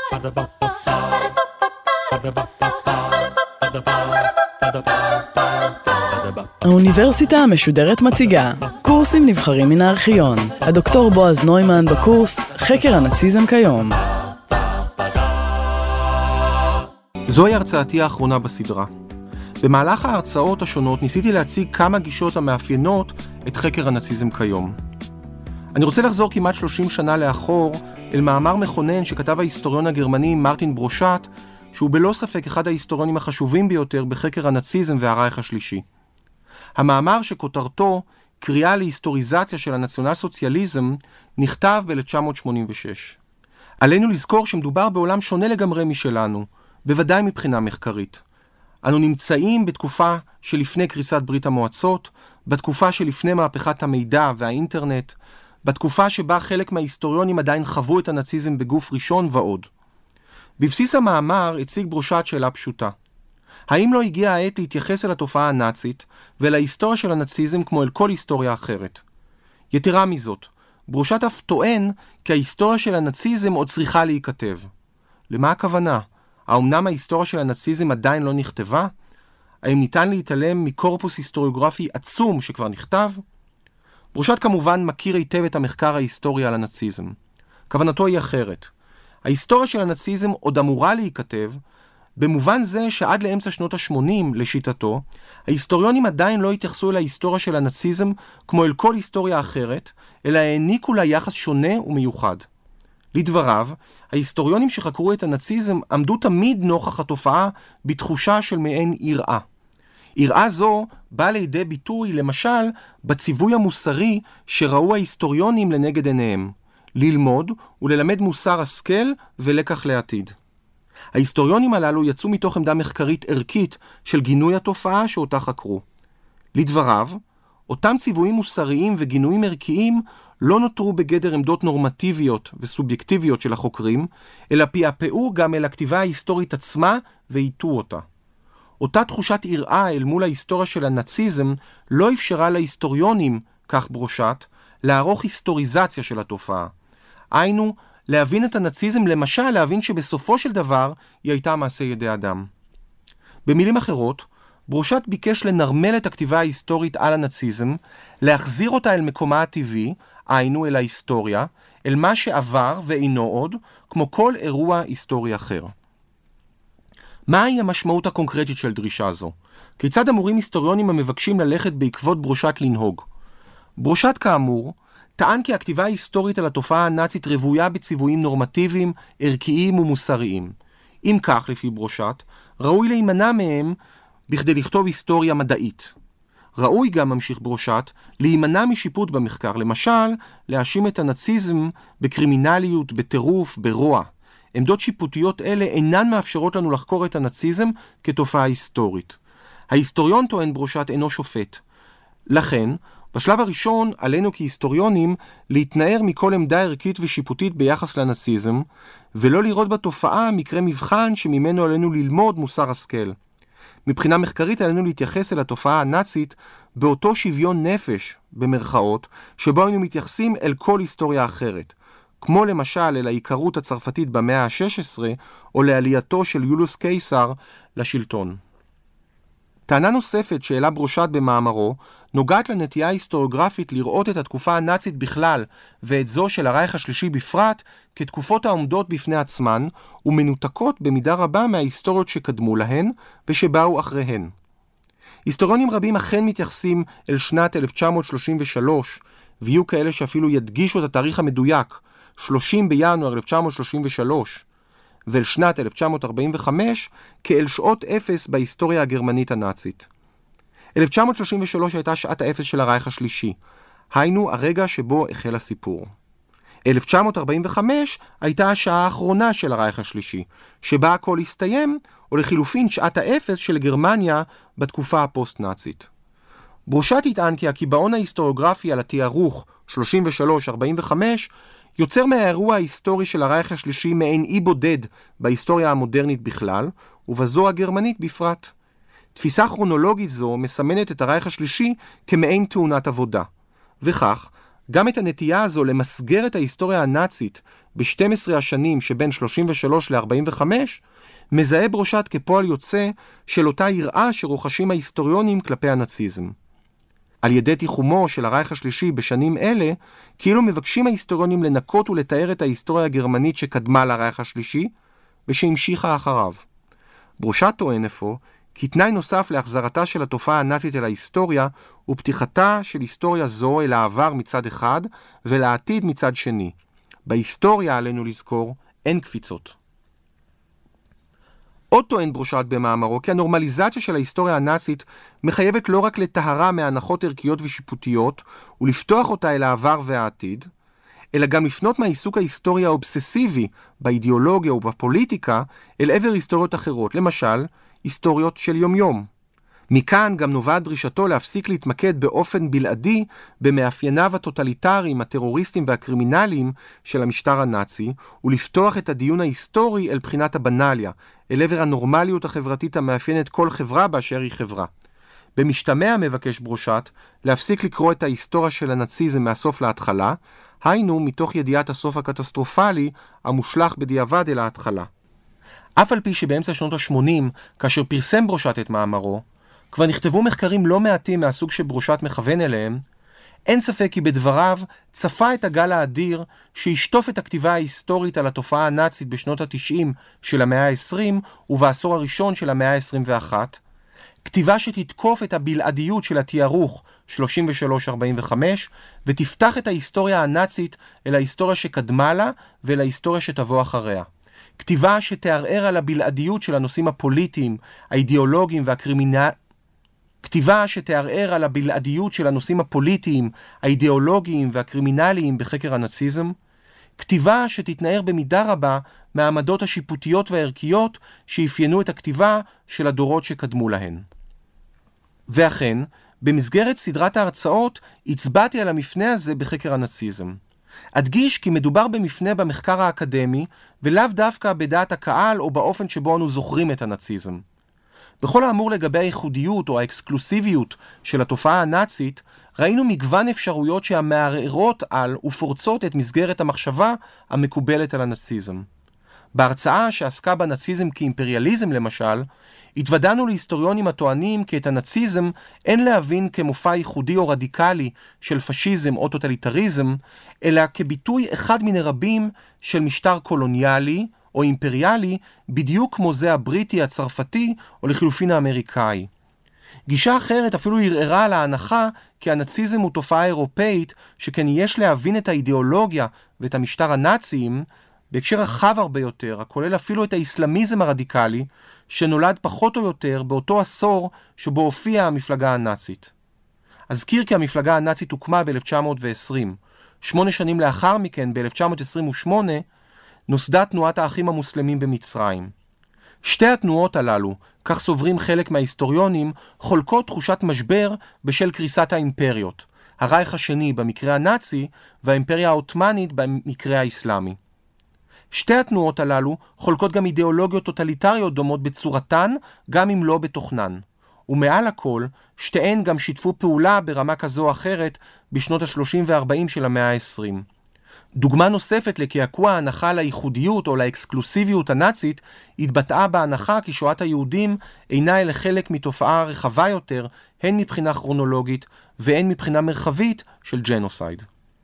האוניברסיטה המשודרת מציגה קורסים נבחרים מן הארכיון. הדוקטור בועז נוימן בקורס חקר הנאציזם כיום. זוהי הרצאתי האחרונה בסדרה. במהלך ההרצאות השונות ניסיתי להציג כמה גישות המאפיינות את חקר הנאציזם כיום. אני רוצה לחזור כמעט 30 שנה לאחור אל מאמר מכונן שכתב ההיסטוריון הגרמני מרטין ברושאט, שהוא בלא ספק אחד ההיסטוריונים החשובים ביותר בחקר הנאציזם והרייך השלישי. המאמר שכותרתו קריאה להיסטוריזציה של הנציונל סוציאליזם נכתב ב-1986. עלינו לזכור שמדובר בעולם שונה לגמרי משלנו, בוודאי מבחינה מחקרית. אנו נמצאים בתקופה שלפני קריסת ברית המועצות, בתקופה שלפני מהפכת המידע והאינטרנט, בתקופה שבה חלק מההיסטוריונים עדיין חוו את הנאציזם בגוף ראשון ועוד. בבסיס המאמר הציג ברושאט שאלה פשוטה. האם לא הגיעה העת להתייחס אל התופעה הנאצית ולהיסטוריה של הנאציזם כמו אל כל היסטוריה אחרת? יתרה מזאת, ברושאט אף טוען כי ההיסטוריה של הנאציזם עוד צריכה להיכתב. למה הכוונה? האמנם ההיסטוריה של הנאציזם עדיין לא נכתבה? האם ניתן להתעלם מקורפוס היסטוריוגרפי עצום שכבר נכתב? ברושאט כמובן מכיר היטב את המחקר ההיסטורי על הנאציזם. כוונתו היא אחרת. ההיסטוריה של הנאציזם עוד אמורה להיכתב, במובן זה שעד לאמצע שנות ה-80, לשיטתו, ההיסטוריונים עדיין לא התייחסו אל ההיסטוריה של הנאציזם כמו אל כל היסטוריה אחרת, אלא העניקו לה יחס שונה ומיוחד. לדבריו, ההיסטוריונים שחקרו את הנאציזם עמדו תמיד נוכח התופעה בתחושה של מעין יראה. יראה זו באה לידי ביטוי, למשל, בציווי המוסרי שראו ההיסטוריונים לנגד עיניהם, ללמוד וללמד מוסר השכל ולקח לעתיד. ההיסטוריונים הללו יצאו מתוך עמדה מחקרית ערכית של גינוי התופעה שאותה חקרו. לדבריו, אותם ציוויים מוסריים וגינויים ערכיים לא נותרו בגדר עמדות נורמטיביות וסובייקטיביות של החוקרים, אלא פעפעו גם אל הכתיבה ההיסטורית עצמה והיטו אותה. אותה תחושת יראה אל מול ההיסטוריה של הנאציזם לא אפשרה להיסטוריונים, כך ברושאט, לערוך היסטוריזציה של התופעה. היינו, להבין את הנאציזם, למשל להבין שבסופו של דבר היא הייתה מעשה ידי אדם. במילים אחרות, ברושאט ביקש לנרמל את הכתיבה ההיסטורית על הנאציזם, להחזיר אותה אל מקומה הטבעי, היינו אל ההיסטוריה, אל מה שעבר ואינו עוד, כמו כל אירוע היסטורי אחר. מהי המשמעות הקונקרטית של דרישה זו? כיצד אמורים היסטוריונים המבקשים ללכת בעקבות ברושאט לנהוג? ברושאט כאמור, טען כי הכתיבה ההיסטורית על התופעה הנאצית רבויה בציוויים נורמטיביים, ערכיים ומוסריים. אם כך, לפי ברושאט, ראוי להימנע מהם בכדי לכתוב היסטוריה מדעית. ראוי גם, ממשיך ברושאט, להימנע משיפוט במחקר, למשל, להאשים את הנאציזם בקרימינליות, בטירוף, ברוע. עמדות שיפוטיות אלה אינן מאפשרות לנו לחקור את הנאציזם כתופעה היסטורית. ההיסטוריון, טוען ברושאט, אינו שופט. לכן, בשלב הראשון עלינו כהיסטוריונים להתנער מכל עמדה ערכית ושיפוטית ביחס לנאציזם, ולא לראות בתופעה מקרה מבחן שממנו עלינו ללמוד מוסר השכל. מבחינה מחקרית עלינו להתייחס אל התופעה הנאצית באותו שוויון נפש, במרכאות, שבו היינו מתייחסים אל כל היסטוריה אחרת, כמו למשל אל העיקרות הצרפתית במאה ה-16, או לעלייתו של יוליוס קיסר לשלטון. טענה נוספת שהעלה ברושאט במאמרו נוגעת לנטייה היסטוריוגרפית לראות את התקופה הנאצית בכלל ואת זו של הרייך השלישי בפרט כתקופות העומדות בפני עצמן ומנותקות במידה רבה מההיסטוריות שקדמו להן ושבאו אחריהן. היסטוריונים רבים אכן מתייחסים אל שנת 1933, ויהיו כאלה שאפילו ידגישו את התאריך המדויק, 30 בינואר 1933, ואל שנת 1945 כאל שעות אפס בהיסטוריה הגרמנית הנאצית. 1933 הייתה שעת האפס של הרייך השלישי, היינו הרגע שבו החל הסיפור. 1945 הייתה השעה האחרונה של הרייך השלישי, שבה הכל הסתיים, או לחילופין שעת האפס של גרמניה בתקופה הפוסט-נאצית. ברושאט יטען כי הקיבעון ההיסטוריוגרפי על התיארוך 33-45 יוצר מהאירוע ההיסטורי של הרייך השלישי מעין אי בודד בהיסטוריה המודרנית בכלל, ובזו הגרמנית בפרט. תפיסה כרונולוגית זו מסמנת את הרייך השלישי כמעין תאונת עבודה, וכך גם את הנטייה הזו למסגר את ההיסטוריה הנאצית ב-12 השנים שבין 33 ל-45, מזהה ברושט כפועל יוצא של אותה יראה שרוחשים ההיסטוריונים כלפי הנאציזם. על ידי תיחומו של הרייך השלישי בשנים אלה, כאילו מבקשים ההיסטוריונים לנקות ולתאר את ההיסטוריה הגרמנית שקדמה לרייך השלישי, ושהמשיכה אחריו. ברושט טוען אפוא, כי תנאי נוסף להחזרתה של התופעה הנאצית אל ההיסטוריה, הוא פתיחתה של היסטוריה זו אל העבר מצד אחד, ולעתיד מצד שני. בהיסטוריה, עלינו לזכור, אין קפיצות. עוד טוען ברושט במאמרו כי הנורמליזציה של ההיסטוריה הנאצית מחייבת לא רק לטהרה מהנחות ערכיות ושיפוטיות ולפתוח אותה אל העבר והעתיד, אלא גם לפנות מהעיסוק ההיסטורי האובססיבי באידיאולוגיה ובפוליטיקה אל עבר היסטוריות אחרות, למשל היסטוריות של יום-יום. מכאן גם נובעת דרישתו להפסיק להתמקד באופן בלעדי במאפייניו הטוטליטריים, הטרוריסטים והקרימינליים של המשטר הנאצי, ולפתוח את הדיון ההיסטורי אל בחינת הבנליה, אל עבר הנורמליות החברתית המאפיינת כל חברה באשר היא חברה. במשתמע מבקש ברושט להפסיק לקרוא את ההיסטוריה של הנאציזם מהסוף להתחלה, היינו מתוך ידיעת הסוף הקטסטרופלי המושלך בדיעבד אל ההתחלה. אף על פי שבאמצע שנות ה-80, כאשר פרסם ברושט את מאמרו, כבר נכתבו מחקרים לא מעטים מהסוג שברושט מכוון אליהם, אין ספק כי בדבריו צפה את הגל האדיר שישטוף את הכתיבה ההיסטורית על התופעה הנאצית בשנות ה-90 של המאה ה-20 ובעשור הראשון של המאה ה-21, כתיבה שתתקוף את הבלעדיות של התיארוך 33-45 ותפתח את ההיסטוריה הנאצית אל ההיסטוריה שקדמה לה ואל ההיסטוריה שתבוא אחריה. כתיבה שתערער על הבלעדיות של הנושאים הפוליטיים, האידיאולוגיים והקרימינליים בחקר הנאציזם, כתיבה שתתנער במידה רבה מהעמדות השיפוטיות והערכיות שאפיינו את הכתיבה של הדורות שקדמו להן. ואכן, במסגרת סדרת ההרצאות הצבעתי על המפנה הזה בחקר הנאציזם. אדגיש כי מדובר במפנה במחקר האקדמי ולאו דווקא בדעת הקהל או באופן שבו אנו זוכרים את הנאציזם. בכל האמור לגבי הייחודיות או האקסקלוסיביות של התופעה הנאצית, ראינו מגוון אפשרויות שהמערערות על ופורצות את מסגרת המחשבה המקובלת על הנאציזם. בהרצאה שעסקה בנאציזם כאימפריאליזם למשל, התוודענו להיסטוריונים הטוענים כי את הנאציזם אין להבין כמופע ייחודי או רדיקלי של פשיזם או טוטליטריזם, אלא כביטוי אחד מן רבים של משטר קולוניאלי או אימפריאלי, בדיוק כמו זה הבריטי, הצרפתי או לחילופין האמריקאי. גישה אחרת אפילו ערערה על ההנחה כי הנאציזם הוא תופעה אירופאית, שכן יש להבין את האידיאולוגיה ואת המשטר הנאציים בהקשר רחב הרבה יותר, הכולל אפילו את האסלאמיזם הרדיקלי, שנולד פחות או יותר באותו עשור שבו הופיעה המפלגה הנאצית. אזכיר כי המפלגה הנאצית הוקמה ב-1920. 8 שנים לאחר מכן, ב-1928, נוסדה תנועת האחים המוסלמים במצרים. שתי התנועות הללו, כך סוברים חלק מההיסטוריונים, חולקות תחושת משבר בשל קריסת האימפריות, הרייך השני במקרה הנאצי והאימפריה העות'מאנית במקרה האסלאמי. שתי התנועות הללו חולקות גם אידיאולוגיות טוטליטריות דומות בצורתן, גם אם לא בתוכנן. ומעל הכל, שתיהן גם שיתפו פעולה ברמה כזו או אחרת בשנות ה-30 וה-40 של המאה ה-20. דוגמה נוספת לקעקוע ההנחה לייחודיות או לאקסקלוסיביות הנאצית התבטאה בהנחה כי שואת היהודים אינה אלא חלק מתופעה רחבה יותר, הן מבחינה כרונולוגית והן מבחינה מרחבית של ג'נוסייד.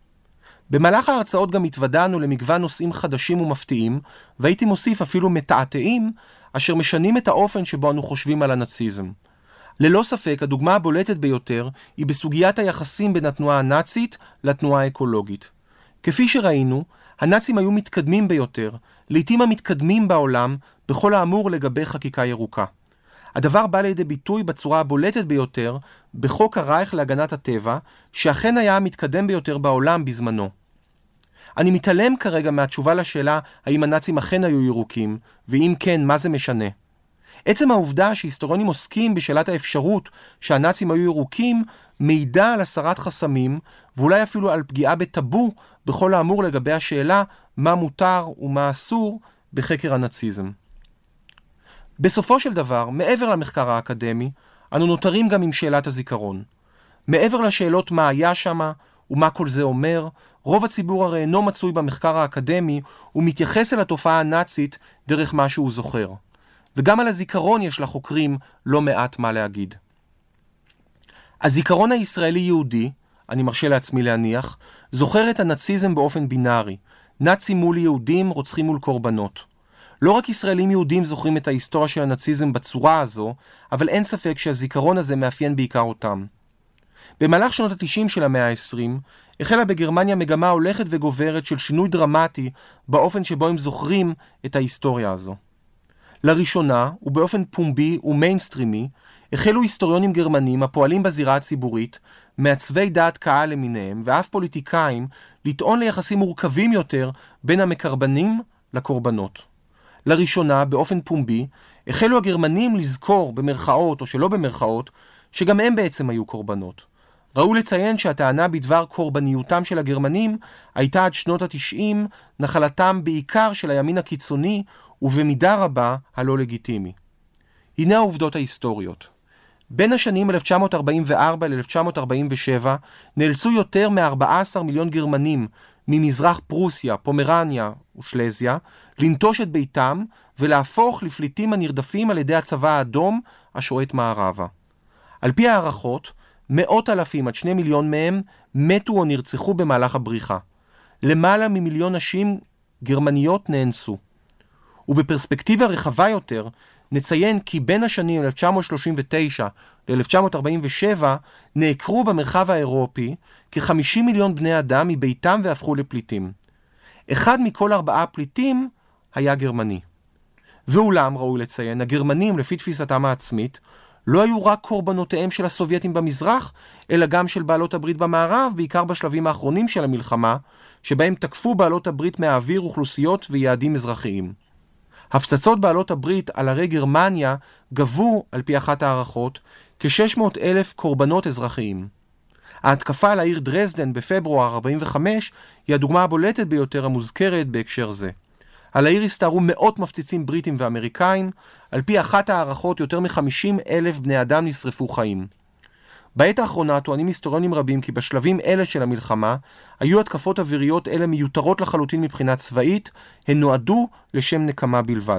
במהלך ההרצאות גם התוודענו למגוון נושאים חדשים ומפתיעים, והייתי מוסיף אפילו מתעתעים, אשר משנים את האופן שבו אנו חושבים על הנאציזם. ללא ספק, הדוגמה הבולטת ביותר היא בסוגיית היחסים בין התנועה הנאצית לתנועה האקולוגית. כפי שראינו, הנאצים היו מתקדמים ביותר, לעתים המתקדמים בעולם, בכל האמור לגבי חקיקה ירוקה. הדבר בא לידי ביטוי בצורה הבולטת ביותר בחוק הרייך להגנת הטבע, שאכן היה המתקדם ביותר בעולם בזמנו. אני מתעלם כרגע מהתשובה לשאלה האם הנאצים אכן היו ירוקים, ואם כן, מה זה משנה. עצם העובדה שהיסטוריונים עוסקים בשאלת האפשרות שהנאצים היו ירוקים, מעידה על הסרת חסמים, ואולי אפילו על פגיעה בטאבו בכל האמור לגבי השאלה מה מותר ומה אסור בחקר הנאציזם. בסופו של דבר, מעבר למחקר האקדמי, אנו נותרים גם עם שאלת הזיכרון. מעבר לשאלות מה היה שמה ומה כל זה אומר? רוב הציבור הרי אינו מצוי במחקר האקדמי, ומתייחס אל התופעה הנאצית דרך מה שהוא זוכר. וגם על הזיכרון יש לחוקרים לא מעט מה להגיד. הזיכרון הישראלי-יהודי, אני מרשה לעצמי להניח, זוכר את הנאציזם באופן בינארי, נאצים מול יהודים, רוצחים מול קורבנות. לא רק ישראלים יהודים זוכרים את ההיסטוריה של הנאציזם בצורה הזו, אבל אין ספק שהזיכרון הזה מאפיין בעיקר אותם. במהלך שנות ה-90 של המאה ה-20, החלה בגרמניה מגמה הולכת וגוברת של שינוי דרמטי באופן שבו הם זוכרים את ההיסטוריה הזו. לראשונה, ובאופן פומבי ומיינסטרימי, החלו היסטוריונים גרמנים הפועלים בזירה הציבורית, מעצבי דעת קהל למיניהם, ואף פוליטיקאים, לטעון ליחסים מורכבים יותר בין המקרבנים לקורבנות. לראשונה, באופן פומבי, החלו הגרמנים לזכור במרכאות או שלא במרכאות, שגם הם בעצם היו קורבנות. ראוי לציין שהטענה בדבר קורבניותם של הגרמנים הייתה עד שנות ה-90 נחלתם בעיקר של הימין הקיצוני ובמידה רבה הלא לגיטימי. הנה העובדות ההיסטוריות. בין השנים 1944 ל-1947 נאלצו יותר מ-14 מיליון גרמנים ממזרח פרוסיה, פומרניה ושלזיה לנטוש את ביתם ולהפוך לפליטים הנרדפים על ידי הצבא האדום השועט מערבה. על פי הערכות, 100,000 עד 2 מיליון מהם מתו או נרצחו במהלך הבריחה. למעלה ממיליון נשים גרמניות נאנסו. ובפרספקטיבה רחבה יותר, נציין כי בין השנים 1939 ל-1947 נעקרו במרחב האירופי כ-50 מיליון בני אדם מביתם והפכו לפליטים. אחד מכל 4 פליטים היה גרמני. ואולם, ראוי לציין, הגרמנים לפי תפיסתם העצמית לא היו רק קורבנותיהם של הסובייטים במזרח, אלא גם של בעלות הברית במערב, בעיקר בשלבים האחרונים של המלחמה, שבהם תקפו בעלות הברית מהאוויר אוכלוסיות ויעדים אזרחיים. הפצצות בעלות הברית על ערי גרמניה גבו, על פי אחת הערכות, כ-600,000 קורבנות אזרחיים. ההתקפה על העיר דרזדן בפברואר 45 היא הדוגמה הבולטת ביותר המוזכרת בהקשר זה. על העיר הסתערו מאות מפציצים בריטים ואמריקאים, על פי אחת הערכות יותר מ-50,000 בני אדם נשרפו חיים. בעת האחרונה טוענים היסטוריונים רבים כי בשלבים אלה של המלחמה היו התקפות אוויריות אלה מיותרות לחלוטין מבחינה צבאית, הן נועדו לשם נקמה בלבד.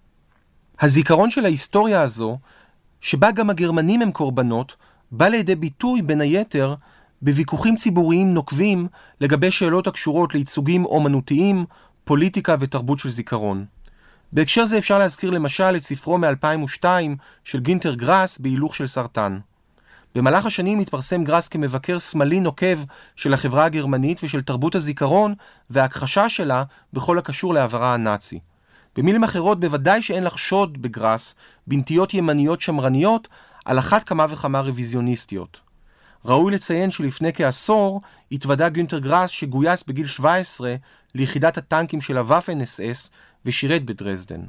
הזיכרון של ההיסטוריה הזו, שבה גם הגרמנים הם קורבנות, בא לידי ביטוי בין היתר בוויכוחים ציבוריים נוקבים לגבי שאלות הקשורות לייצוגים אומנותיים, פוליטיקה ותרבות של זיכרון. בהקשר זה אפשר להזכיר למשל את ספרו מ-2002 של גינטר גראס בהילוך של סרטן. במהלך השנים התפרסם גראס כמבקר שמאלי נוקב של החברה הגרמנית ושל תרבות הזיכרון וההכחשה שלה בכל הקשור לעברה הנאצי. במילים אחרות, בוודאי שאין לחשוד בגראס בנטיות ימניות שמרניות, על אחת כמה וכמה רוויזיוניסטיות. ראוי לציין שלפני כעשור התוודע גינטר גראס שגויס בגיל 17 ליחידת הטנקים של הוואפן אס-אס ושירת בדרזדן.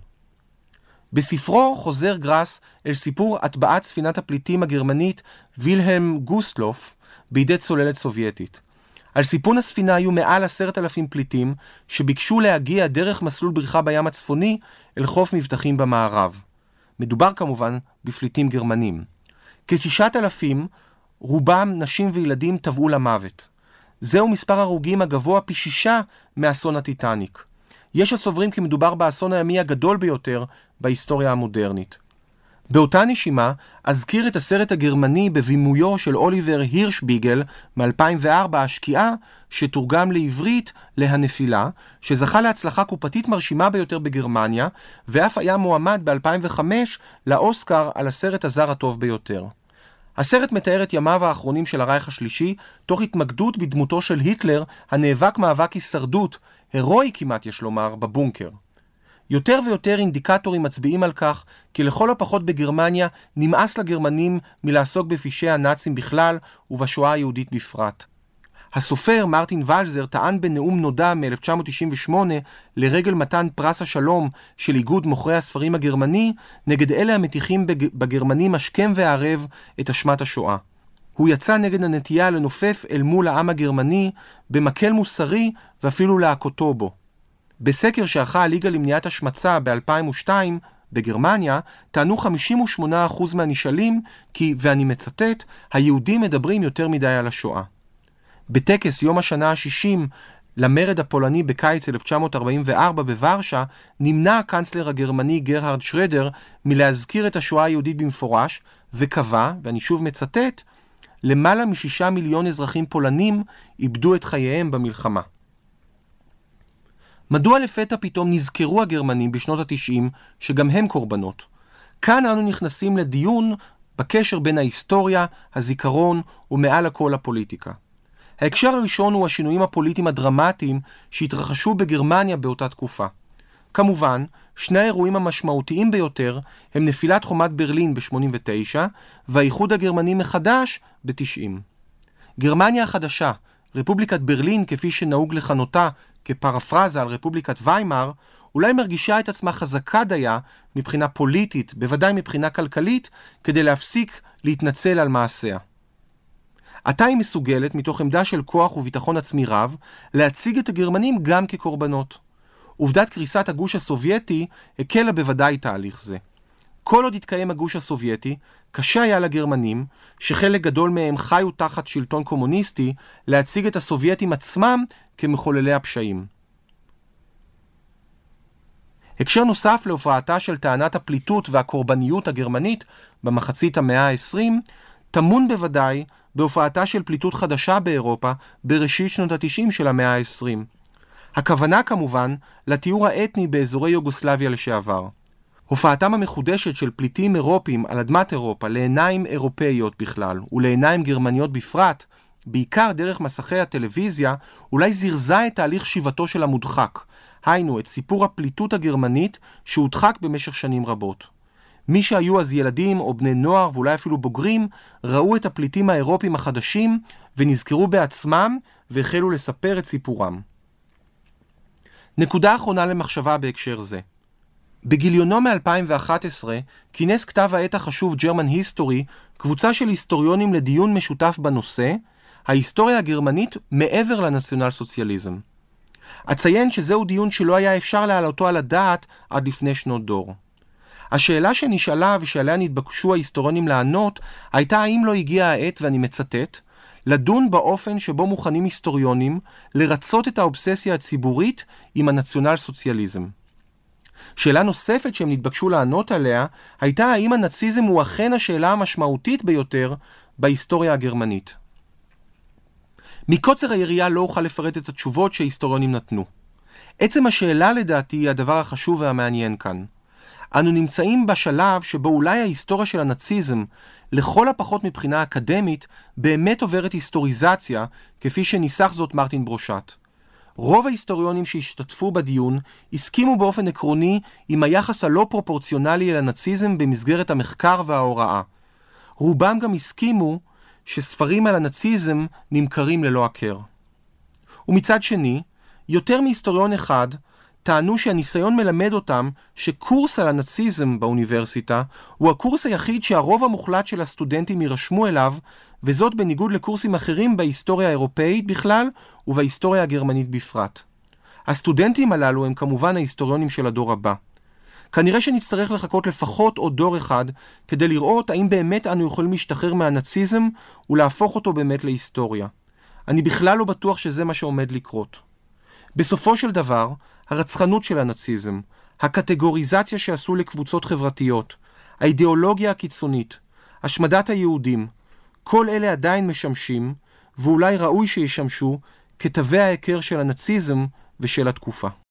בספרו חוזר גראס אל סיפור הטבעת ספינת הפליטים הגרמנית וילהלם גוסטלוף בידי צוללת סובייטית. על סיפון הספינה היו מעל 10,000 פליטים שביקשו להגיע דרך מסלול בריחה בים הצפוני אל חוף מבטחים במערב. מדובר כמובן בפליטים גרמנים. כ-6,000, רובם נשים וילדים טבעו למוות. זהו מספר הרוגים הגבוה פי 6 מאסון הטיטניק. יש הסוברים כי מדובר באסון הימי הגדול ביותר בהיסטוריה המודרנית. באותה נשימה, אזכיר את הסרט הגרמני בבימויו של אוליבר הירשביגל מ-2004, השקיעה, שתורגם לעברית להנפילה, שזכה להצלחה קופתית מרשימה ביותר בגרמניה, ואף היה מועמד ב-2005 לאוסקר על הסרט הזר הטוב ביותר. הסרט מתאר את ימיו האחרונים של הרייך השלישי, תוך התמקדות בדמותו של היטלר, הנאבק מאבק הישרדות, הרואי כמעט יש לומר, בבונקר. יותר ויותר אינדיקטורים מצביעים על כך כי לכל הפחות בגרמניה נמאס לגרמנים מלעסוק בפשעי הנאצים בכלל ובשואה היהודית בפרט. הסופר מרטין ולזר טען בנאום נודע מ-1998 לרגל מתן פרס השלום של איגוד מוכרי הספרים הגרמני נגד אלה המתיחים בגרמנים השכם והערב את אשמת השואה. הוא יצא נגד הנטייה לנופף אל מול העם הגרמני במקל מוסרי ואפילו להכותו בו. בסקר שערכה הליגה למניעת השמצה ב-2002 בגרמניה, טענו 58% מהנשאלים כי, ואני מצטט, היהודים מדברים יותר מדי על השואה. בטקס יום השנה ה-60 למרד הפולני בקיץ 1944 בוורשה, נמנע הקנצלר הגרמני גרהרד שרדר מלהזכיר את השואה היהודית במפורש, וקבע, ואני שוב מצטט, למעלה מ6 מיליון אזרחים פולנים איבדו את חייהם במלחמה. מדוע לפתע פתאום נזכרו הגרמנים בשנות ה-90 שגם הם קורבנות? כאן אנו נכנסים לדיון בקשר בין ההיסטוריה, הזיכרון ומעל הכל הפוליטיקה. ההקשר הראשון הוא השינויים הפוליטיים הדרמטיים שהתרחשו בגרמניה באותה תקופה. כמובן, שני האירועים המשמעותיים ביותר הם נפילת חומת ברלין ב-89 והאיחוד הגרמני מחדש ב-90. גרמניה החדשה, רפובליקת ברלין כפי שנהוג לכנותה כפרפרזה על רפובליקת ויימאר, אולי מרגישה את עצמה חזקה דייה מבחינה פוליטית, בוודאי מבחינה כלכלית, כדי להפסיק להתנצל על מעשיה. עתה היא מסוגלת, מתוך עמדה של כוח וביטחון עצמי רב, להציג את הגרמנים גם כקורבנות. עובדת קריסת הגוש הסובייטי הקלה בוודאי תהליך זה. כל עוד התקיים הגוש הסובייטי, קשה היה לגרמנים, שחלק גדול מהם חיו תחת שלטון קומוניסטי, להציג את הסובייטים עצמם כמחוללי הפשעים. הקשר נוסף להופעתה של טענת הפליטות והקורבניות הגרמנית במחצית המאה ה-20, טמון בוודאי בהופעתה של פליטות חדשה באירופה בראשית שנות ה-90 של המאה ה-20. הכוונה כמובן לתיאור האתני באזורי יוגוסלביה לשעבר. הופעתם המחודשת של פליטים אירופיים על אדמת אירופה לעיניים אירופאיות בכלל ולעיניים גרמניות בפרט, בעיקר דרך מסכי הטלוויזיה, אולי זירזה את תהליך שיבתו של המודחק, היינו את סיפור הפליטות הגרמנית שהודחק במשך שנים רבות. מי שהיו אז ילדים או בני נוער ואולי אפילו בוגרים, ראו את הפליטים האירופיים החדשים ונזכרו בעצמם והחלו לספר את סיפורם. נקודה אחרונה למחשבה בהקשר זה. בגיליונו מ-2011 כינס כתב העת החשוב German History קבוצה של היסטוריונים לדיון משותף בנושא, ההיסטוריה הגרמנית מעבר לנציונל סוציאליזם. אציין שזהו דיון שלא היה אפשר להעלותו על הדעת עד לפני שנות דור. השאלה שנשאלה ושעליה נתבקשו ההיסטוריונים לענות הייתה האם לא הגיעה העת, ואני מצטט, לדון באופן שבו מוכנים היסטוריונים לרצות את האובססיה הציבורית עם הנציונל סוציאליזם. שאלה נוספת שהם נתבקשו לענות עליה הייתה האם הנאציזם הוא אכן השאלה המשמעותית ביותר בהיסטוריה הגרמנית. מקוצר היריעה לא אוכל לפרט את התשובות שההיסטוריונים נתנו. עצם השאלה לדעתי היא הדבר החשוב והמעניין כאן. אנו נמצאים בשלב שבו אולי ההיסטוריה של הנאציזם, לכל הפחות מבחינה אקדמית, באמת עוברת היסטוריזציה, כפי שניסח זאת מרטין ברושט. רוב ההיסטוריונים שהשתתפו בדיון הסכימו באופן עקרוני עם היחס הלא פרופורציונלי אל הנאציזם במסגרת המחקר וההוראה. רובם גם הסכימו שספרים על הנאציזם נמכרים ללא הכר. ומצד שני, יותר מהיסטוריון אחד טענו שהניסיון מלמד אותם שקורס על הנאציזם באוניברסיטה הוא הקורס היחיד שהרוב המוחלט של הסטודנטים יירשמו אליו, וזאת בניגוד לקורסים אחרים בהיסטוריה האירופאית בכלל ובהיסטוריה הגרמנית בפרט. הסטודנטים הללו הם כמובן ההיסטוריונים של הדור הבא. כנראה שנצטרך לחכות לפחות עוד דור אחד כדי לראות האם באמת אנו יכולים להשתחרר מהנאציזם ולהפוך אותו באמת להיסטוריה. אני בכלל לא בטוח שזה מה שעומד לקרות. בסופו של דבר, הרצחנות של הנאציזם, הקטגוריזציה שעשו לקבוצות חברתיות, האידיאולוגיה הקיצונית, השמדת היהודים, כל אלה עדיין משמשים, ואולי ראוי שישמשו, כתווי ההיכר של הנאציזם ושל התקופה.